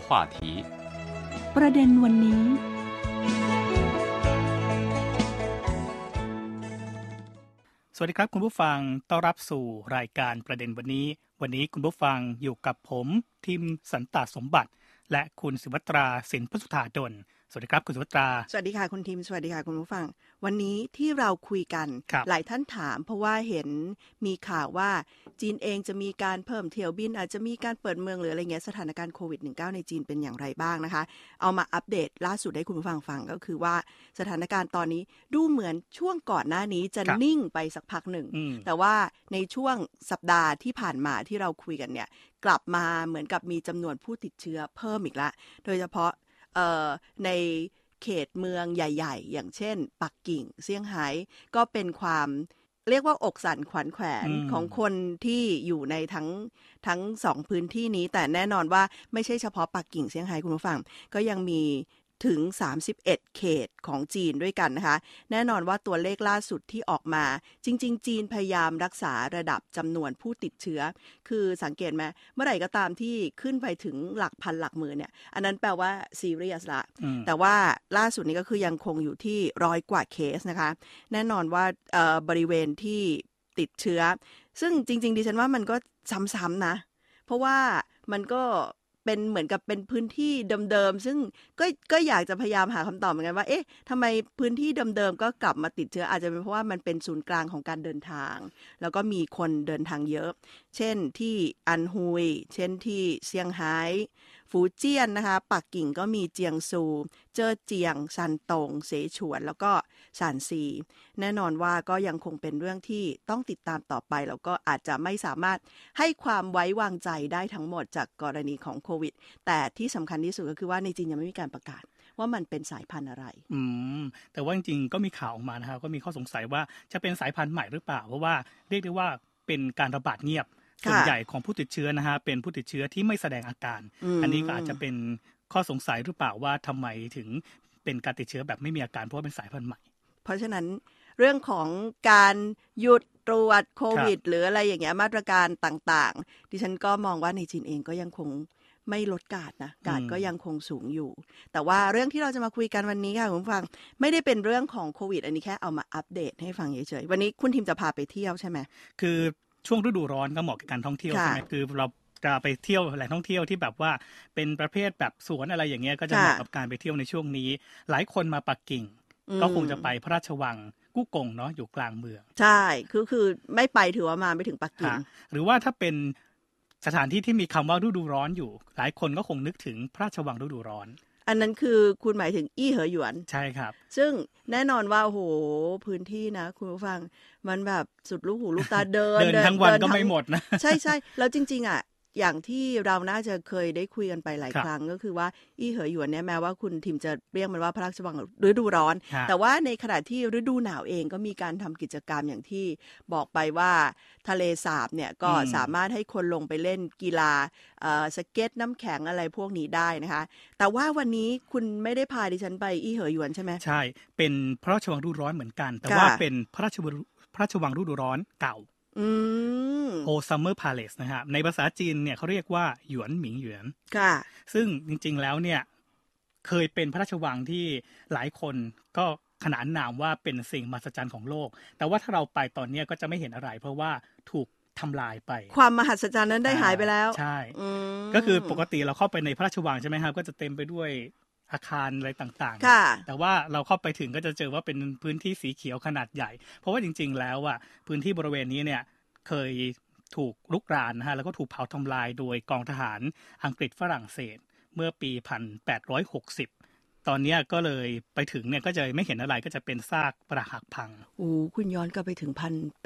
话题ประเด็นวันนี้สวัสดีครับคุณผู้ฟังต้อนรับสู่รายการประเด็นวันนี้คุณผู้ฟังอยู่กับผมทิมสันตสมบัติและคุณศิวัตราสินพสุธาดลสวัสดีครับคุณศิวัตราสวัสดีค่ะคุณทิมสวัสดีค่ะคุณผู้ฟังวันนี้ที่เราคุยกันหลายท่านถามเพราะว่าเห็นมีข่าวว่าจีนเองจะมีการเพิ่มเที่ยวบินอาจจะมีการเปิดเมืองหรืออะไรเงี้ยสถานการณ์โควิด -19 ในจีนเป็นอย่างไรบ้างนะคะเอามาอัปเดตล่าสุดให้คุณผู้ฟังฟังก็คือว่าสถานการณ์ตอนนี้ดูเหมือนช่วงก่อนหน้านี้จะนิ่งไปสักพักหนึ่งแต่ว่าในช่วงสัปดาห์ที่ผ่านมาที่เราคุยกันเนี่ยกลับมาเหมือนกับมีจำนวนผู้ติดเชื้อเพิ่มอีกละโดยเฉพาะในเขตเมืองใหญ่ๆอย่างเช่นปักกิ่งเซี่ยงไฮ้ก็เป็นความเรียกว่าอกสั่นขวัญแขวนของคนที่อยู่ในทั้งสองพื้นที่นี้แต่แน่นอนว่าไม่ใช่เฉพาะปักกิ่งเซี่ยงไฮ้คุณผู้ฟังก็ยังมีถึง31เขตของจีนด้วยกันนะคะแน่นอนว่าตัวเลขล่าสุดที่ออกมาจริงๆจีนพยายามรักษาระดับจำนวนผู้ติดเชื้อคือสังเกตไหมเมื่อไหร่ก็ตามที่ขึ้นไปถึงหลักพันหลักหมื่นเนี่ยอันนั้นแปลว่าซีเรียสละแต่ว่าล่าสุดนี้ก็คือยังคงอยู่ที่100 กว่าเคสนะคะแน่นอนว่าบริเวณที่ติดเชื้อซึ่งจริงๆดิฉันว่ามันก็ซ้ำๆนะเพราะว่ามันก็เป็นเหมือนกับเป็นพื้นที่เดิมๆซึ่งก็อยากจะพยายามหาคำตอบเหมือนกันว่าเอ๊ะทำไมพื้นที่เดิมๆก็กลับมาติดเชื้ออาจจะเป็นเพราะว่ามันเป็นศูนย์กลางของการเดินทางแล้วก็มีคนเดินทางเยอะเช่นที่อันฮุยเช่นที่เซี่ยงไฮ้ฟูเจี้ยนนะคะปักกิ่งก็มีเจียงซูเจ้อเจียงซันตงเสฉวนแล้วก็ซานซีแน่นอนว่าก็ยังคงเป็นเรื่องที่ต้องติดตามต่อไปแล้วก็อาจจะไม่สามารถให้ความไว้วางใจได้ทั้งหมดจากกรณีของโควิดแต่ที่สำคัญที่สุดก็คือว่าในจีนยังไม่มีการประกาศว่ามันเป็นสายพันธุ์อะไรแต่ว่าจริงๆก็มีข่าวออกมานะครับก็มีข้อสงสัยว่าจะเป็นสายพันธุ์ใหม่หรือเปล่าเพราะว่าเรียกได้ว่าเป็นการระบาดเงียบส่วนใหญ่ของผู้ติดเชื้อนะฮะเป็นผู้ติดเชื้อที่ไม่แสดงอาการอันนี้ก็อาจจะเป็นข้อสงสัยหรือเปล่าว่าทำไมถึงเป็นการติดเชื้อแบบไม่มีอาการเพราะว่าเป็นสายพันธุ์ใหม่เพราะฉะนั้นเรื่องของการหยุดตรวจโควิดหรืออะไรอย่างเงี้ยมาตรการต่างๆดิฉันก็มองว่าในจีนเองก็ยังคงไม่ลดการ์ดนะการ์ดก็ยังคงสูงอยู่แต่ว่าเรื่องที่เราจะมาคุยกันวันนี้ค่ะคุณผู้ฟังไม่ได้เป็นเรื่องของโควิดอันนี้แค่เอามาอัปเดตให้ฟังเฉยๆวันนี้คุณทีมจะพาไปเที่ยวใช่ไหมคือช่วงฤดูร้อนก็เหมาะกับการท่องเที่ยวใช่ไหมคือเราจะไปเที่ยวแหล่งท่องเที่ยวที่แบบว่าเป็นประเภทแบบสวนอะไรอย่างเงี้ยก็จะเหมาะกับการไปเที่ยวในช่วงนี้หลายคนมาปักกิ่งก็คงจะไปพระราชวังกู้กงเนาะอยู่กลางเมืองใช่คือไม่ไปถือว่ามาไม่ถึงปักกิ่งหรือว่าถ้าเป็นสถานที่ที่มีคำว่าฤดูร้อนอยู่หลายคนก็คงนึกถึงพระราชวังฤดูร้อนอันนั้นคือคุณหมายถึงอี้เหอหยวนใช่ครับซึ่งแน่นอนว่าโอ้โหพื้นที่นะคุณผู้ฟังมันแบบสุดลูกหูลูกตาเดินทั้งวันก็ไม่หมดนะใช่ๆแล้วจริงๆอ่ะอย่างที่เราน่าจะเคยได้คุยกันไปหลายครั้งก็คือว่าอี้เหอหยวนเนี่ยแม้ว่าคุณทิมจะเรียกมันว่าพระราชวังฤดูร้อนแต่ว่าในขณะที่ฤดูหนาวเองก็มีการทำกิจกรรมอย่างที่บอกไปว่าทะเลสาบเนี่ยก็สามารถให้คนลงไปเล่นกีฬาสเก็ตน้ำแข็งอะไรพวกนี้ได้นะคะแต่ว่าวันนี้คุณไม่ได้พาดิฉันไปอี้เหอหยวนใช่ไหมใช่เป็นพระราชวังฤดูร้อนเหมือนกันแต่ว่าเป็นพระราชวังฤดูร้อนเก่าโอซัมเมอร์พาเลสนะครับในภาษาจีนเนี่ยเขาเรียกว่าหยวนหมิงหยวนค่ะซึ่งจริงๆแล้วเนี่ยเคยเป็นพระราชวังที่หลายคนก็ขนานนามว่าเป็นสิ่งมหัศจรรย์ของโลกแต่ว่าถ้าเราไปตอนนี้ก็จะไม่เห็นอะไรเพราะว่าถูกทำลายไปความมหัศจรรย์นั้นได้หายไปแล้วใช่ก็คือปกติเราเข้าไปในพระราชวังใช่ไหมครับก็จะเต็มไปด้วยอาคารอะไรต่างๆแต่ว่าเราเข้าไปถึงก็จะเจอว่าเป็นพื้นที่สีเขียวขนาดใหญ่เพราะว่าจริงๆแล้วอ่ะพื้นที่บริเวณนี้เนี่ยเคยถูกรุกรานนะฮะแล้วก็ถูกเผาทำลายโดยกองทหารอังกฤษฝรั่งเศสเมื่อปี1860ตอนนี้ก็เลยไปถึงเนี่ยก็จะไม่เห็นอะไรก็จะเป็นซากปรักหักพังคุณย้อนกลับไปถึง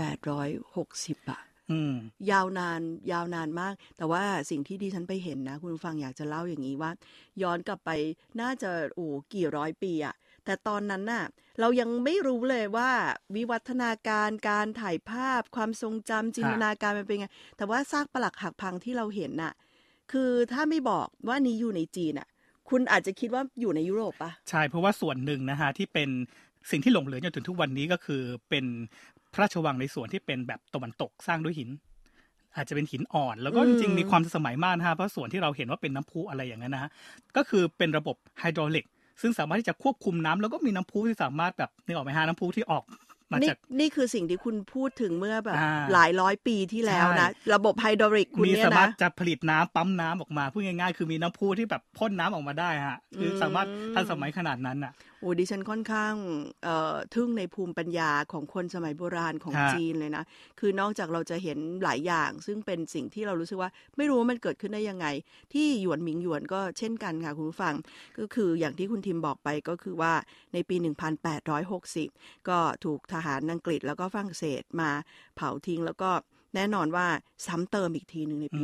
1860อ่ะยาวนานมากแต่ว่าสิ่งที่ดิฉันไปเห็นนะคุณฟังอยากจะเล่าอย่างนี้ว่าย้อนกลับไปน่าจะกี่ร้อยปีอะแต่ตอนนั้นน่ะเรายังไม่รู้เลยว่าวิวัฒนาการถ่ายภาพความทรงจำจินตนาการมันเป็นไงแต่ว่าซากปรักหักพังที่เราเห็นน่ะคือถ้าไม่บอกว่านี้อยู่ในจีนน่ะคุณอาจจะคิดว่าอยู่ในยุโรปปะใช่เพราะว่าส่วนหนึ่งนะฮะที่เป็นสิ่งที่หลงเหลือจนถึงทุกวันนี้ก็คือเป็นพระราชวังในส่วนที่เป็นแบบตะวันตกสร้างด้วยหินอาจจะเป็นหินอ่อนแล้วก็จริงๆมีความสมัยมากนะฮะเพราะส่วนที่เราเห็นว่าเป็นน้ำพุอะไรอย่างนั้นนะฮะก็คือเป็นระบบไฮดรอลิกซึ่งสามารถที่จะควบคุมน้ำแล้วก็มีน้ำพุที่สามารถแบบนึกออกไหมฮะน้ำพุที่ออกมาจากนี่คือสิ่งที่คุณพูดถึงเมื่อแบบหลายร้อยปีที่แล้วนะระบบไฮดรอลิกคุณเนี่ยนะมีสามารถจะผลิตน้ำปั๊มน้ำออกมาพูดง่ายๆคือมีน้ำพุที่แบบพ่นน้ำออกมาได้ฮะคือสามารถทันสมัยขนาดนั้นอ่ะโอ้ดิฉันค่อนข้างทึ่งในภูมิปัญญาของคนสมัยโบราณของจีนเลยนะคือนอกจากเราจะเห็นหลายอย่างซึ่งเป็นสิ่งที่เรารู้สึกว่าไม่รู้ว่ามันเกิดขึ้นได้ยังไงที่หยวนหมิงหยวนก็เช่นกันค่ะคุณผู้ฟังก็คืออย่างที่คุณทิมบอกไปก็คือว่าในปี 1860 ก็ถูกทหารอังกฤษแล้วก็ฝรั่งเศสมาเผาทิ้งแล้วก็แน่นอนว่าซ้ำเติมอีกทีนึงในปี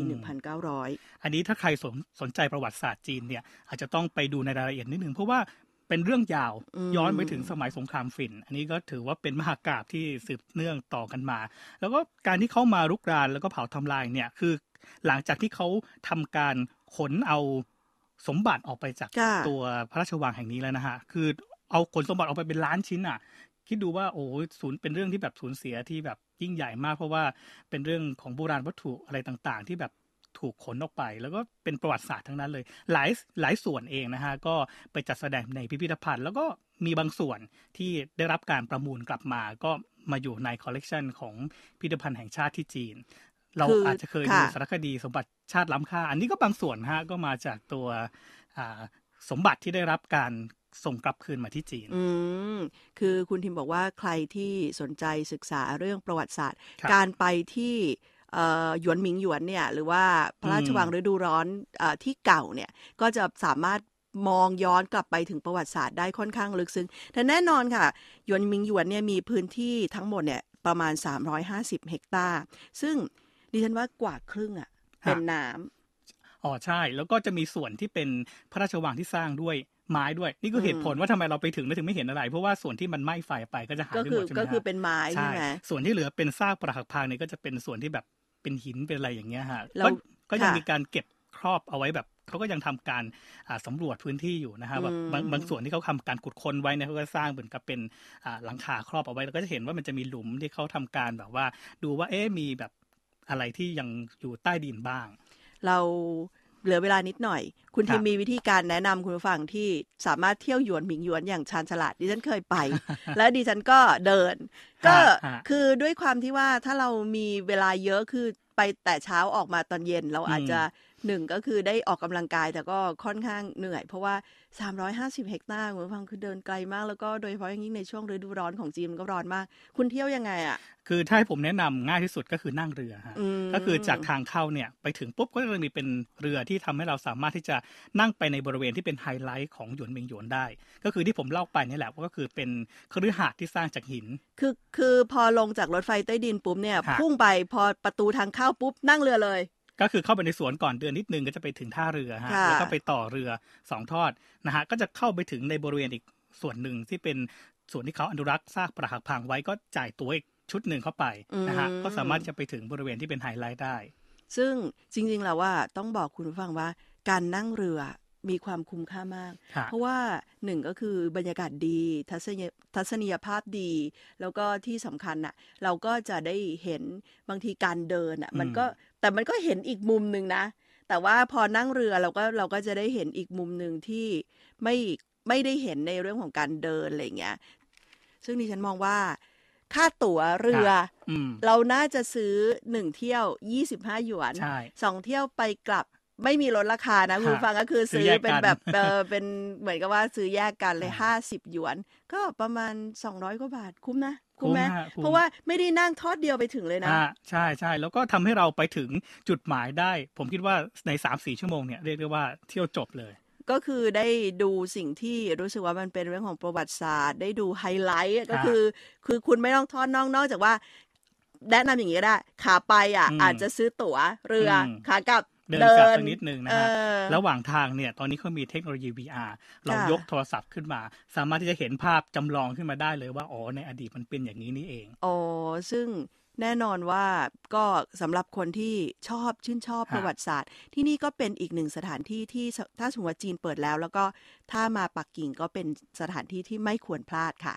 1900 อันนี้ถ้าใครสนใจประวัติศาสตร์จีนเนี่ยอาจจะต้องไปดูในรายละเอียดนิดนึงเพราะว่าเป็นเรื่องยาวย้อนไปถึงสมัยสงครามฝิ่นอันนี้ก็ถือว่าเป็นมหากาพย์ที่สืบเนื่องต่อกันมาแล้วก็การที่เขามารุกรานแล้วก็เผาทำลายเนี่ยคือหลังจากที่เขาทำการขนเอาสมบัติออกไปจากตัวพระราชวังแห่งนี้แล้วนะฮะคือเอาขนสมบัติออกไปเป็นล้านชิ้นอ่ะคิดดูว่าโอ้เป็นเรื่องที่แบบสูญเสียที่แบบยิ่งใหญ่มากเพราะว่าเป็นเรื่องของโบราณวัตถุอะไรต่างๆที่แบบถูกขนออกไปแล้วก็เป็นประวัติศาสตร์ทั้งนั้นเลยหลายส่วนเองนะฮะก็ไปจัดแสดงในพิพิธภัณฑ์แล้วก็มีบางส่วนที่ได้รับการประมูลกลับมาก็มาอยู่ในคอลเลกชันของพิพิธภัณฑ์แห่งชาติที่จีนเราอาจจะเคยดูสารคดีสมบัติชาติล้ำค่าอันนี้ก็บางส่วนฮะก็มาจากตัวสมบัติที่ได้รับการส่งกลับคืนมาที่จีนคือคุณทิมบอกว่าใครที่สนใจศึกษาเรื่องประวัติศาสตร์การไปที่หยวนหมิงหยวนเนี่ยหรือว่าพระราชวังฤดูร้อนที่เก่าเนี่ยก็จะสามารถมองย้อนกลับไปถึงประวัติศาสตร์ได้ค่อนข้างลึกซึ้งแต่แน่นอนค่ะหยวนหมิงหยวนเนี่ยมีพื้นที่ทั้งหมดเนี่ยประมาณ350เฮกตาร์ซึ่งดิฉันว่ากว่าครึ่งอ่ะเป็นน้ำอ๋อใช่แล้วก็จะมีส่วนที่เป็นพระราชวังที่สร้างด้วยไม้ด้วยนี่ก็เหตุผลว่าทำไมเราไปถึงแล้วถึงไม่เห็นอะไรเพราะว่าส่วนที่มันไหม้ไฟไปก็จะหายไปหมดใช่ไหมก็คือเป็นไม้ใช่ไหมส่วนที่เหลือเป็นซากปรักหักพังเนี่ยก็จะเป็นส่วนที่แบบเป็นหินเป็นอะไรอย่างเงี้ยฮะก็ยังมีการเก็บครอบเอาไว้แบบเขาก็ยังทำการสำรวจพื้นที่อยู่นะฮะแบบบางส่วนที่เขาทำการขุดค้นไว้เนี่ยเขาก็สร้างเหมือนกับเป็นหลังคาครอบเอาไว้แล้วก็จะเห็นว่ามันจะมีหลุมที่เขาทำการแบบว่าดูว่ามีแบบอะไรที่ยังอยู่ใต้ดินบ้างเราเหลือเวลานิดหน่อยคุณทีมมีวิธีการแนะนำคุณผู้ฟังที่สามารถเที่ยวหยวนหมิงหยวนอย่างชาญฉลาดดิฉันเคยไป และดิฉันก็เดินก็คือด้วยความที่ว่าถ้าเรามีเวลาเยอะคือไปแต่เช้าออกมาตอนเย็นเราอาจจะหนึ่งก็คือได้ออกกำลังกายแต่ก็ค่อนข้างเหนื่อยเพราะว่า350เฮกตาร์คุณผู้ฟังคือเดินไกลมากแล้วก็โดยเฉพาะอย่างยิ่งในช่วงฤดูร้อนของจีนก็ร้อนมากคุณเที่ยวยังไงอ่ะคือถ้าให้ผมแนะนำง่ายที่สุดก็คือนั่งเรือฮะก็คือจากทางเข้าเนี่ยไปถึงปุ๊บก็จะมีเป็นเรือที่ทำให้เราสามารถที่จะนั่งไปในบริเวณที่เป็นไฮไลท์ของหยวนหมิงหยวนได้ก็คือที่ผมเล่าไปนี่แหละก็คือเป็นคฤหาสน์ที่สร้างจากหินคือพอลงจากรถไฟใต้ดินปุ๊บเนี่ยพุ่งไปพอประตูทางเข้าปุ๊บนั่งเรือเลยก็คือเข้าไปในสวนก่อนเดินนิดนึงก็จะไปถึงท่าเรือฮะแล้วก็ไปต่อเรือ2ทอดนะฮะก็จะเข้าไปถึงในบริเวณอีกส่วนหนึ่งที่เป็นส่วนที่เขาอนุรักษ์ซากปรักหักพังไว้ก็จ่ายตัวอีกชุดหนึ่งเข้าไปนะฮะก็สามารถจะไปถึงบริเวณที่เป็นไฮไลท์ได้ซึ่งจริงๆแล้วว่าต้องบอกคุณผู้ฟังว่าการนั่งเรือมีความคุ้มค่ามากเพราะว่าหนึ่งก็คือบรรยากาศดีทัศนียภาพดีแล้วก็ที่สำคัญน่ะเราก็จะได้เห็นบางทีการเดินอ่ะมันก็เห็นอีกมุมนึงนะแต่ว่าพอนั่งเรือเราก็จะได้เห็นอีกมุมนึงที่ไม่ได้เห็นในเรื่องของการเดินอะไรเงี้ยซึ่งดิฉันมองว่าค่าตั๋วเรือเราน่าจะซื้อ1เที่ยว25หยวน2เที่ยวไปกลับไม่มีลดราคานะคุณฟังก็คือซื้อเป็นแบบเป็นเหมือนกับว่าซื้อแยกกันเลย50หยวนก็ประมาณ200กว่าบาทคุ้มนะคุ้มไหมเพราะว่าไม่ได้นั่งทอดเดียวไปถึงเลยนะใช่ใช่แล้วก็ทำให้เราไปถึงจุดหมายได้ผมคิดว่าใน 3-4 ชั่วโมงเนี่ยเรียกได้ว่าเที่ยวจบเลยก็คือได้ดูสิ่งที่รู้สึกว่ามันเป็นเรื่องของประวัติศาสตร์ได้ดูไฮไลท์ก็คือคุณไม่ต้องทอดนอกจากว่าแนะนำอย่างนี้ก็ได้ขาไปอาจจะซื้อตั๋วเรือขากลับเดินกลับสักนิดนึงนะฮะระหว่างทางเนี่ยตอนนี้เขามีเทคโนโลยี VR เรายกโทรศัพท์ขึ้นมาสามารถที่จะเห็นภาพจำลองขึ้นมาได้เลยว่าในอดีตมันเป็นอย่างนี้นี่เองซึ่งแน่นอนว่าก็สำหรับคนที่ชื่นชอบประวัติศาสตร์ที่นี่ก็เป็นอีกหนึ่งสถานที่ที่ถ้าสมมติว่าจีนเปิดแล้วก็ถ้ามาปักกิ่งก็เป็นสถานที่ที่ไม่ควรพลาดค่ะ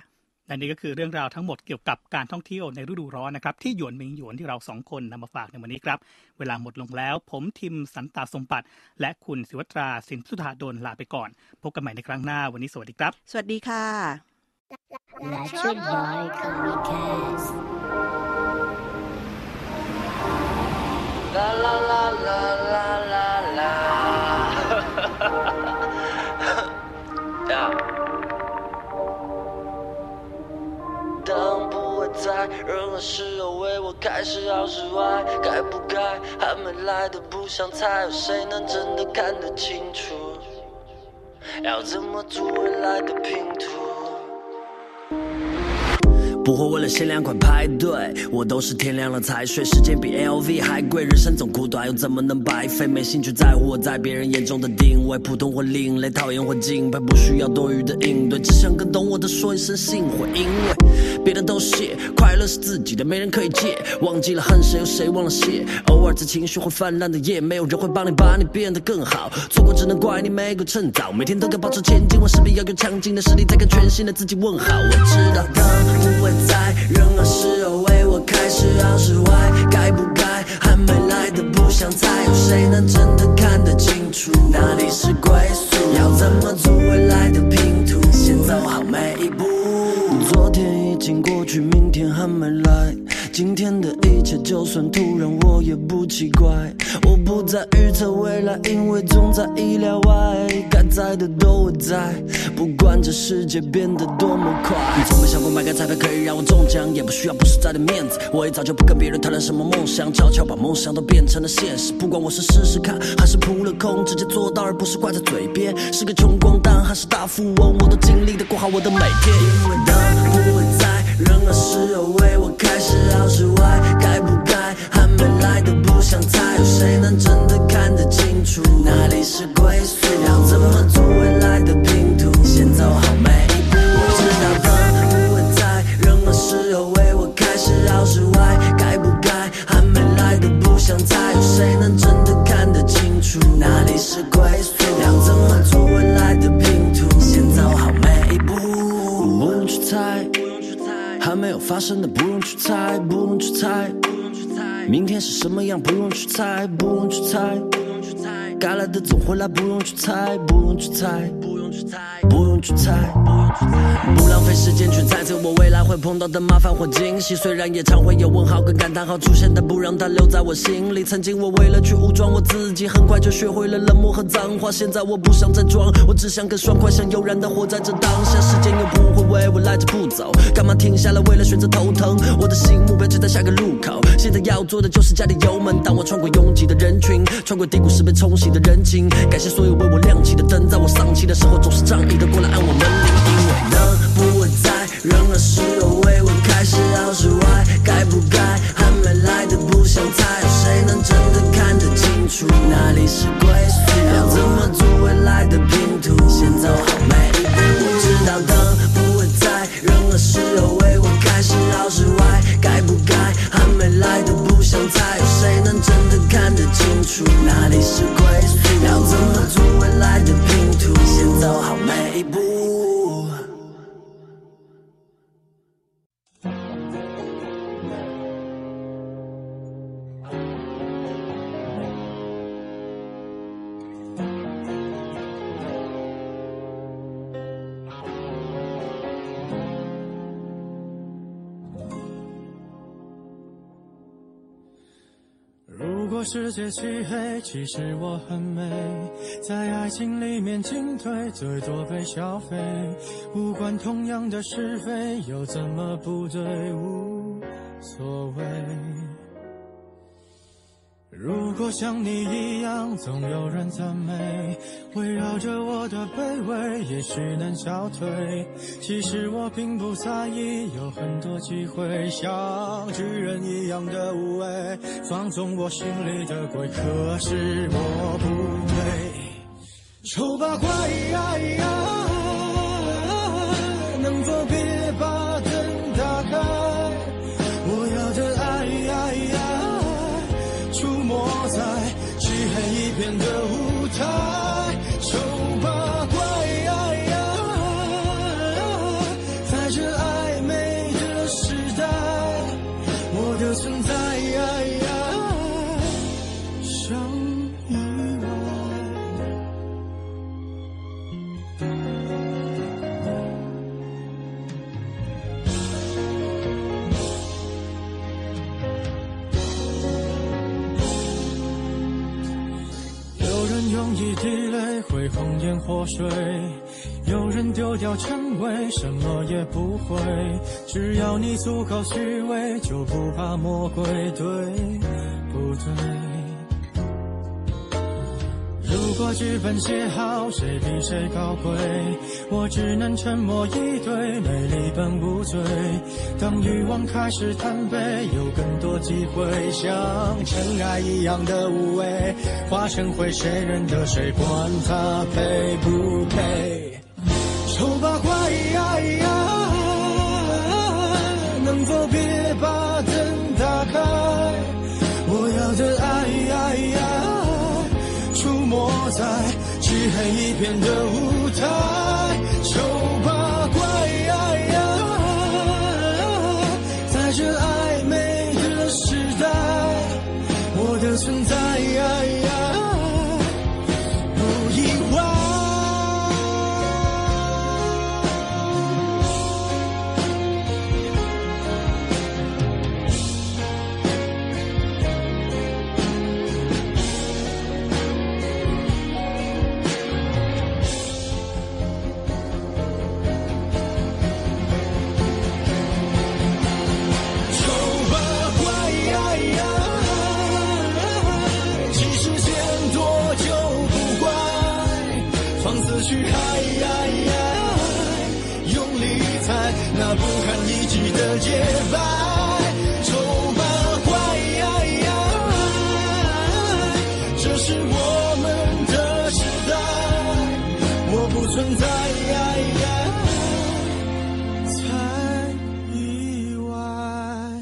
และนี่ก็คือเรื่องราวทั้งหมดเกี่ยวกับการท่องเที่ยวในฤดูร้อนนะครับที่หยวนมิงหยวนที่เรา2คนนำมาฝากในวันนี้ครับเวลาหมดลงแล้วผมทิมสันตาสมบัติและคุณศิวัตราสินสุธาดลลาไปก่อนพบกันใหม่ในครั้งหน้าวันนี้สวัสดีครับสวัสดีค่ะและชุดบอยคอมิแคสลาลาลาลาลาลาลา当不会在任何时候为我开始好是坏，该不该还没来的不想猜，有谁能真的看得清楚？要怎么组未来的拼图？不会为了限量款排队，我都是天亮了才睡，时间比 LV 还贵，人生总苦短又怎么能白费？没兴趣在乎我在别人眼中的定位，普通或另类，讨厌或敬佩，不需要多余的应对，只想跟懂我的说一声幸会，因为别的都谢，快乐是自己的，没人可以借，忘记了恨谁又谁忘了谢，偶尔在情绪会泛滥的夜，没有人会帮你把你变得更好，错过只能怪你没够趁早，每天都要保持前进，我势必要有强劲的实力，才跟全新的自己问好。我知道当不会在任何时候为我开始好是坏，该不该还没来的不想猜，有谁能真的看得清楚？哪里是归宿？要怎么组未来的拼图？先走好每一步。昨天已经过去，明天还没来，今天的一切就算突然我也不奇怪，我不再预测未来，因为总在意料外，该在的都会在，不管这世界变得多么快。你从没想过买个彩票可以让我中奖，也不需要不实在的面子，我也早就不跟别人谈论什么梦想，悄悄把梦想都变成了现实，不管我是试试看还是扑了空，直接做到而不是挂在嘴边，是个穷光蛋还是大富翁，我都尽力的过好我的每天，因为当不会在任何时候为我开始好是坏，该不该还没来的不想猜，有谁能真的看得清楚？哪里是归宿？要怎么组未来的拼图？先走好每一步。我知道当不会在任何时候为我开始好是坏，该不该还没来的不想猜，有谁能真的看得清楚？哪里是归宿？要怎么组未来的拼图？先走好每一步。不用去猜，还没有发生的不用去猜，不用去猜，明天是什么样不用去猜，不用去猜，该来的总会来，不用去猜，不用去猜，不用去猜，不用去猜，不浪费时间去猜测我未来会碰到的麻烦或惊喜，虽然也常会有问号跟感叹号出现，但不让它留在我心里。曾经我为了去武装我自己，很快就学会了冷漠和脏话，现在我不想再装，我只想更爽快，想悠然地活在这当下，时间又不会为我赖着不走，干嘛停下来为了选择头疼？我的新目标就在下个路口，现在要做的就是加点油门，当我穿过拥挤的人群，穿过低谷时被冲洗的人情，感谢所有为我亮起的灯，在我丧气的时候总是仗义的过来按我门铃，因为能不会在任何时候为我开始好是坏，该不该还没来的不想猜，有谁能真的看得清楚？哪里是归宿？要怎么组未来的拼图？先走好每一步。我知道灯不会在任何时候为我开始好是坏，该不该还没来的不想猜，有谁能真的看得清楚？哪里是归宿？要怎么组未来的拼图？先走好每一步。 如果世界漆黑，其实我很美，在爱情里面进退，最多被消费，无关同样的是非，又怎么不对？无所谓。如果像你一样，总有人赞美，围绕着我的卑微，也许能消退。其实我并不在意，有很多机会，像巨人一样的无畏，放纵我心里的鬼。可是我不配，丑八怪能否别把灯打开？我要的爱出没在漆黑一片的舞台，丑八怪在这暧一滴泪会红颜祸水，有人丢掉称谓，什么也不会，只要你足够虚伪，就不怕魔鬼，对不对？如果剧本写好，谁比谁高贵，我只能沉默以对，美丽本无罪。当欲望开始贪杯，有更多机会，像尘埃一样的无畏，化成灰，谁认得谁，管他配不配。丑八怪能否别把灯打开，我要的爱出没在漆黑一片的舞台，丑八怪在这暧昧的时代，我的存在不意外。去用力踩那不堪一击的洁白，丑八怪这是我们的时代，我不存在才意外。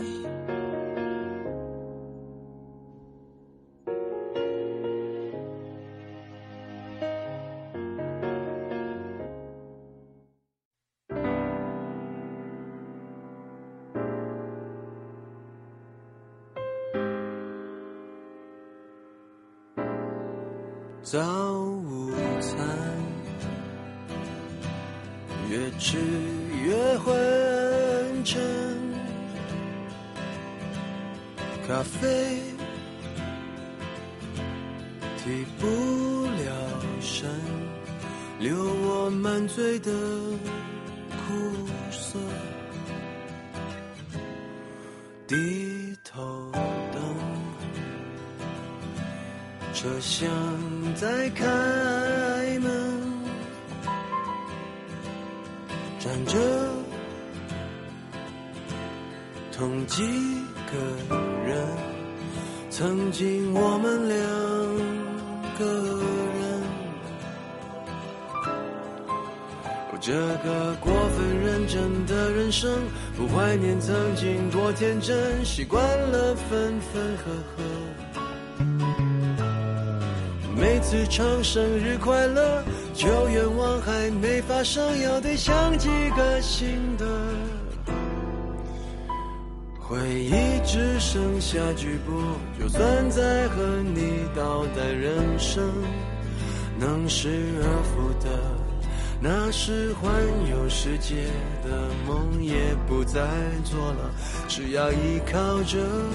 早午餐越吃越昏沉，咖啡提不了神，留我满嘴的苦涩，低头等车厢在开门，站着同几个人，曾经我们2个人，这个过分认真的人生，不怀念曾经多天真，习惯了分分合合，每次唱生日快乐，就愿望还没发生，要得想几个新的，回忆只剩下局部，就算再和你倒带人生，能失而复得，那是环游世界的梦也不再做了，只要依靠着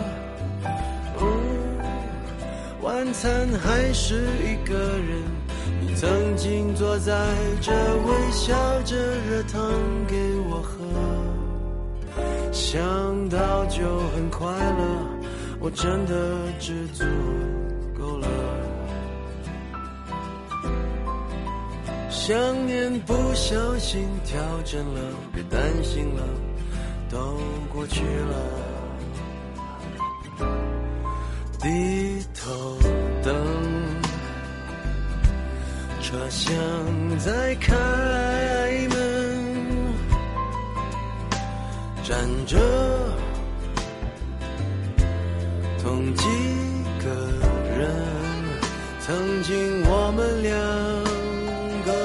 晚餐还是一个人，你曾经坐在这微笑着热汤给我喝，想到就很快乐，我真的知足够了，想念不小心调整了，别担心了，都过去了，低头等车厢在开门，站着同几个人，曾经我们2个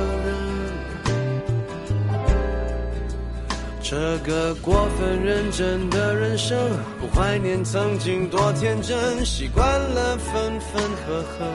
人，这个过分认真的人生，不怀念曾经多天真，习惯了分分合合，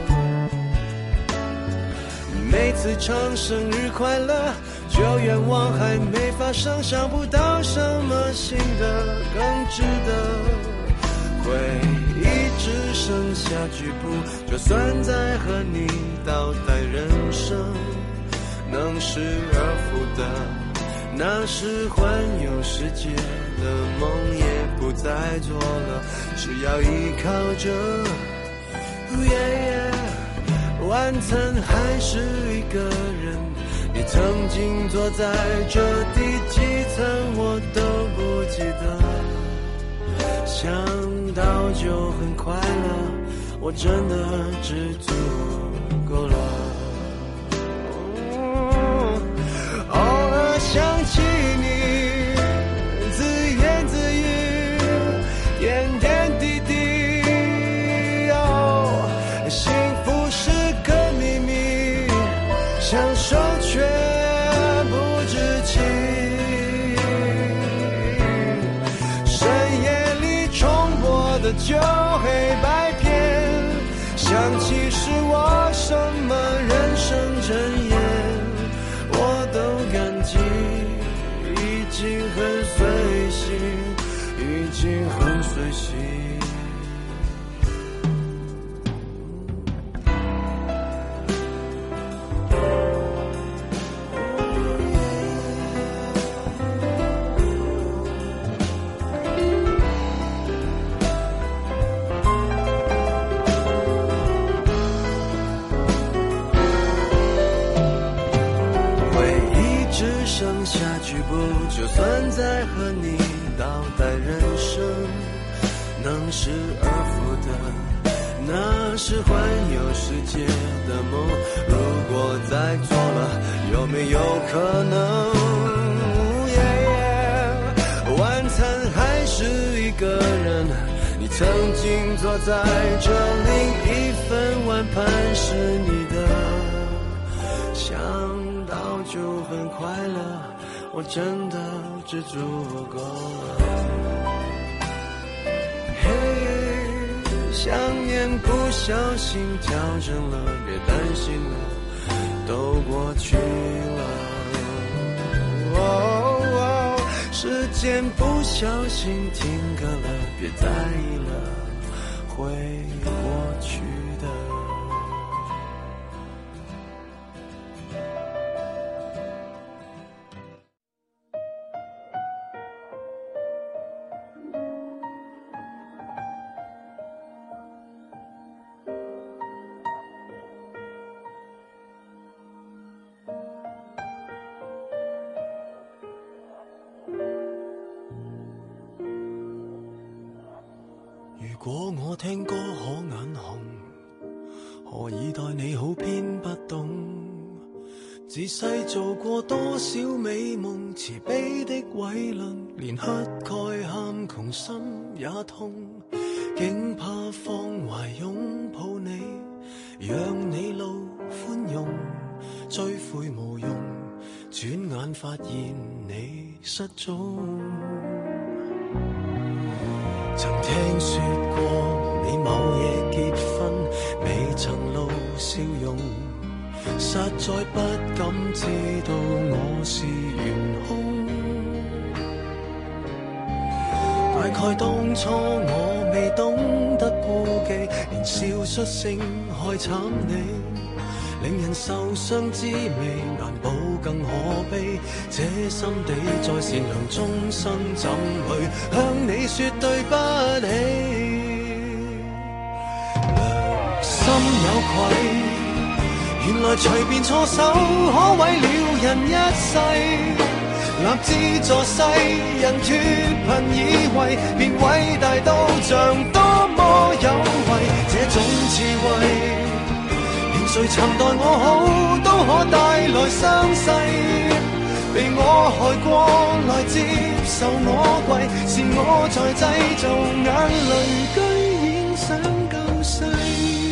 每次唱生日快乐，就愿望还没发生，想不到什么新的更值得，回忆只剩下局部，就算再和你倒带人生，能失而复得，那时环游世界的梦也不再做了，只要依靠着晚餐还是一个人，你曾经坐在这第几层我都不记得，想到就很快乐，我真的知足够了。偶尔想起你自言自语点点滴滴，幸福是个秘密，享受却不知情，深夜里重播的旧黑白片，想起是我什么人生箴言，我都感激，已经很随性，已经很随性。就算再和你倒带人生，能失而复得，那是环游世界的梦，如果再做了，有没有可能晚餐还是一个人，你曾经坐在这，另一份碗盘是你的，想到就很快乐，我真的知足够了。想念不小心调整了，别担心了，都过去了。时间不小心停格了，别在意了，会过去的。如果我聽歌可眼紅，何以待你好偏不懂？自細做過多少美夢，慈悲的偉論，連乞丐喊窮心也痛，竟怕放懷擁抱你，讓你路寬容，追悔無用，轉眼發現你失蹤。曾聽說過你某夜結婚，未曾露笑容，實在不敢知道我是元兇。大概當初我未懂得顧忌，連笑出聲害慘你，令人受傷滋味難保更可悲，這心地再善良終生怎去向你說對不起？良心有愧，原來隨便錯手可毀了人一世，立志助世人脫貧以為便偉大到像多麼有為，這種智慧誰曾待我好，都可帶來傷勢。被我害過，來接受我跪，是我在製造眼淚，居然想救世。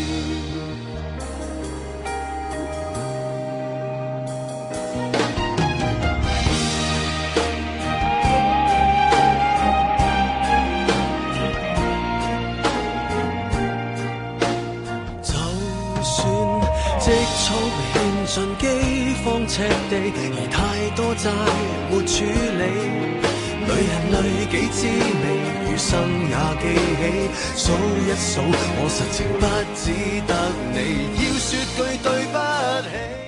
積儲遍盡饑荒赤地，而太多債沒處理， 淚眼裏幾滋味，餘生也記起，數一數我實情不只得你，要說句對不起。